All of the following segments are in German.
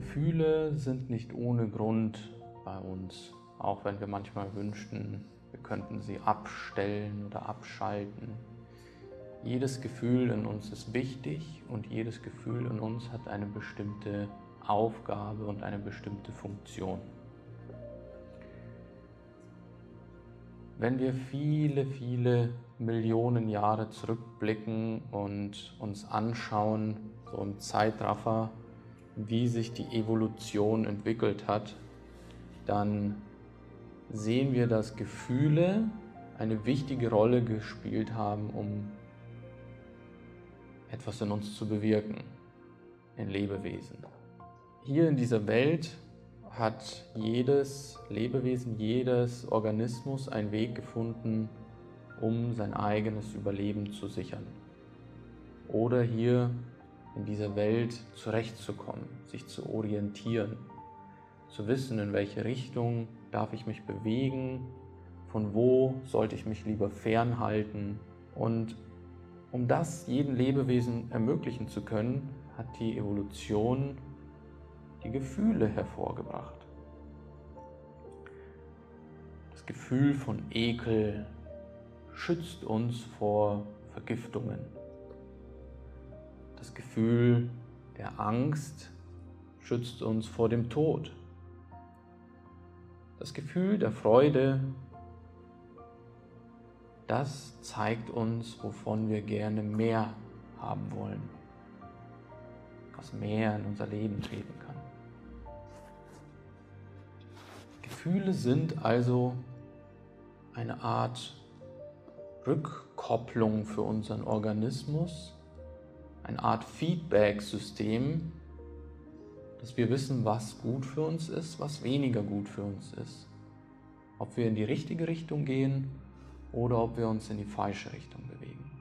Gefühle sind nicht ohne Grund bei uns, auch wenn wir manchmal wünschten, wir könnten sie abstellen oder abschalten. Jedes Gefühl in uns ist wichtig und jedes Gefühl in uns hat eine bestimmte Aufgabe und eine bestimmte Funktion. Wenn wir viele, viele Millionen Jahre zurückblicken und uns anschauen, so im Zeitraffer, wie sich die Evolution entwickelt hat, dann sehen wir, dass Gefühle eine wichtige Rolle gespielt haben, um etwas in uns zu bewirken, in Lebewesen. Hier in dieser Welt hat jedes Lebewesen, jedes Organismus einen Weg gefunden, um sein eigenes Überleben zu sichern. Oder hier in dieser Welt zurechtzukommen, sich zu orientieren, zu wissen, in welche Richtung darf ich mich bewegen, von wo sollte ich mich lieber fernhalten. Und um das jedem Lebewesen ermöglichen zu können, hat die Evolution die Gefühle hervorgebracht. Das Gefühl von Ekel schützt uns vor Vergiftungen. Das Gefühl der Angst schützt uns vor dem Tod. Das Gefühl der Freude, das zeigt uns, wovon wir gerne mehr haben wollen, was mehr in unser Leben treten kann. Gefühle sind also eine Art Rückkopplung für unseren Organismus, eine Art Feedback-System, dass wir wissen, was gut für uns ist, was weniger gut für uns ist. Ob wir in die richtige Richtung gehen oder ob wir uns in die falsche Richtung bewegen.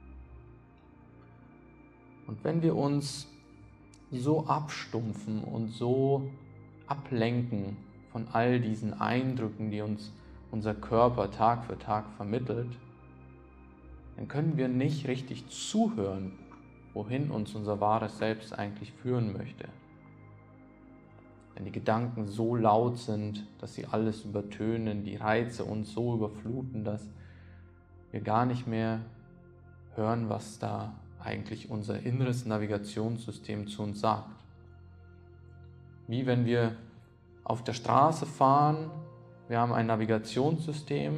Und wenn wir uns so abstumpfen und so ablenken von all diesen Eindrücken, die uns unser Körper Tag für Tag vermittelt, dann können wir nicht richtig zuhören, wohin uns unser wahres Selbst eigentlich führen möchte. Wenn die Gedanken so laut sind, dass sie alles übertönen, die Reize uns so überfluten, dass wir gar nicht mehr hören, was da eigentlich unser inneres Navigationssystem zu uns sagt. Wie wenn wir auf der Straße fahren, wir haben ein Navigationssystem,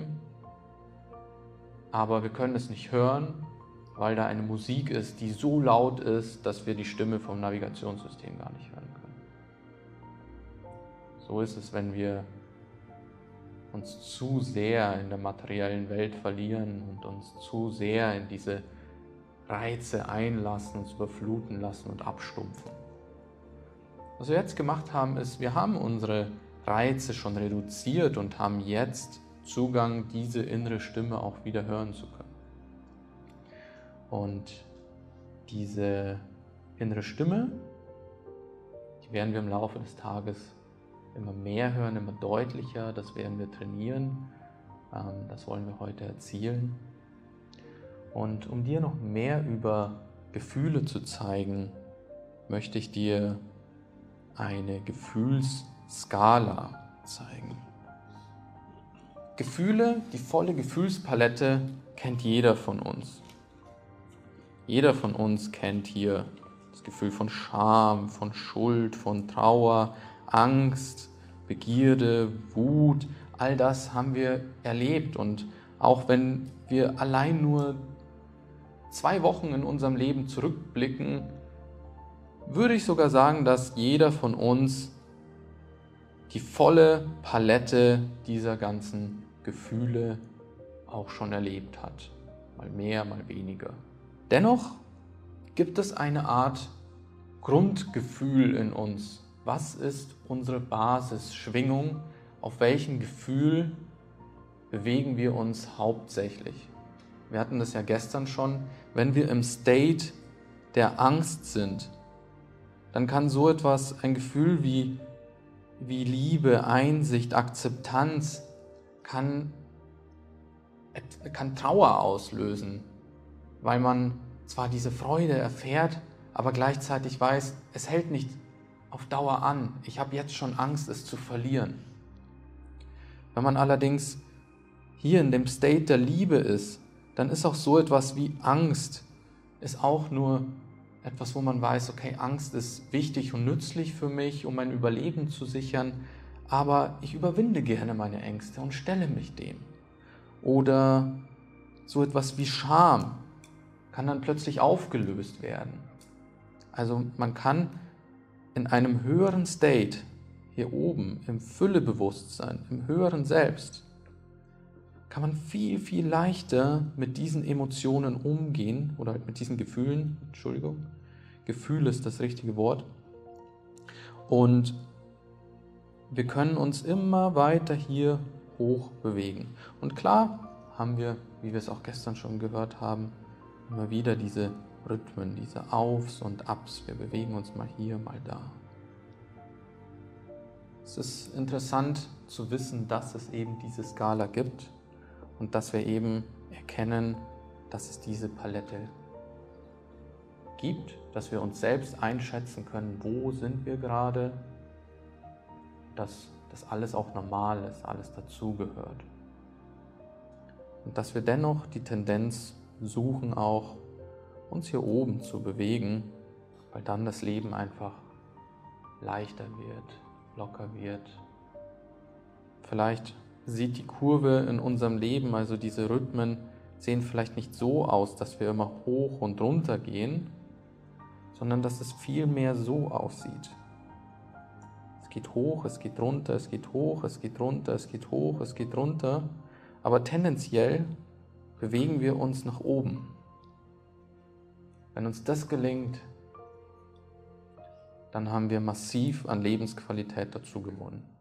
aber wir können es nicht hören, weil da eine Musik ist, die so laut ist, dass wir die Stimme vom Navigationssystem gar nicht hören können. So ist es, wenn wir uns zu sehr in der materiellen Welt verlieren und uns zu sehr in diese Reize einlassen, uns überfluten lassen und abstumpfen. Was wir jetzt gemacht haben, ist, wir haben unsere Reize schon reduziert und haben jetzt Zugang, diese innere Stimme auch wieder hören zu können. Und diese innere Stimme, die werden wir im Laufe des Tages immer mehr hören, immer deutlicher, das werden wir trainieren, das wollen wir heute erzielen. Und um dir noch mehr über Gefühle zu zeigen, möchte ich dir eine Gefühlsskala zeigen. Gefühle, die volle Gefühlspalette kennt jeder von uns. Jeder von uns kennt hier das Gefühl von Scham, von Schuld, von Trauer, Angst, Begierde, Wut. All das haben wir erlebt. Und auch wenn wir allein nur 2 Wochen in unserem Leben zurückblicken, würde ich sogar sagen, dass jeder von uns die volle Palette dieser ganzen Gefühle auch schon erlebt hat. Mal mehr, mal weniger. Dennoch gibt es eine Art Grundgefühl in uns. Was ist unsere Basisschwingung? Auf welchem Gefühl bewegen wir uns hauptsächlich? Wir hatten das ja gestern schon. Wenn wir im State der Angst sind, dann kann so etwas, ein Gefühl wie Liebe, Einsicht, Akzeptanz, kann Trauer auslösen, weil man zwar diese Freude erfährt, aber gleichzeitig weiß, es hält nicht auf Dauer an. Ich habe jetzt schon Angst, es zu verlieren. Wenn man allerdings hier in dem State der Liebe ist, dann ist auch so etwas wie Angst, ist auch nur etwas, wo man weiß, okay, Angst ist wichtig und nützlich für mich, um mein Überleben zu sichern, aber ich überwinde gerne meine Ängste und stelle mich dem. Oder so etwas wie Scham kann dann plötzlich aufgelöst werden. Also man kann in einem höheren State, hier oben, im Füllebewusstsein, im höheren Selbst, kann man viel, viel leichter mit diesen Emotionen umgehen oder mit diesen Gefühlen, Gefühl ist das richtige Wort. Und wir können uns immer weiter hier hoch bewegen. Und klar haben wir, wie wir es auch gestern schon gehört haben, immer wieder diese Rhythmen, diese Aufs und Abs. Wir bewegen uns mal hier, mal da. Es ist interessant zu wissen, dass es eben diese Skala gibt und dass wir eben erkennen, dass es diese Palette gibt, dass wir uns selbst einschätzen können, wo sind wir gerade, dass das alles auch normal ist, alles dazugehört. Und dass wir dennoch die Tendenz suchen, auch uns hier oben zu bewegen, weil dann das Leben einfach leichter wird, locker wird. Vielleicht sieht die Kurve in unserem Leben, also diese Rhythmen, sehen vielleicht nicht so aus, dass wir immer hoch und runter gehen, sondern dass es viel mehr so aussieht. Es geht hoch, es geht runter, es geht hoch, es geht runter, es geht hoch, es geht runter, aber tendenziell bewegen wir uns nach oben. Wenn uns das gelingt, dann haben wir massiv an Lebensqualität dazu gewonnen.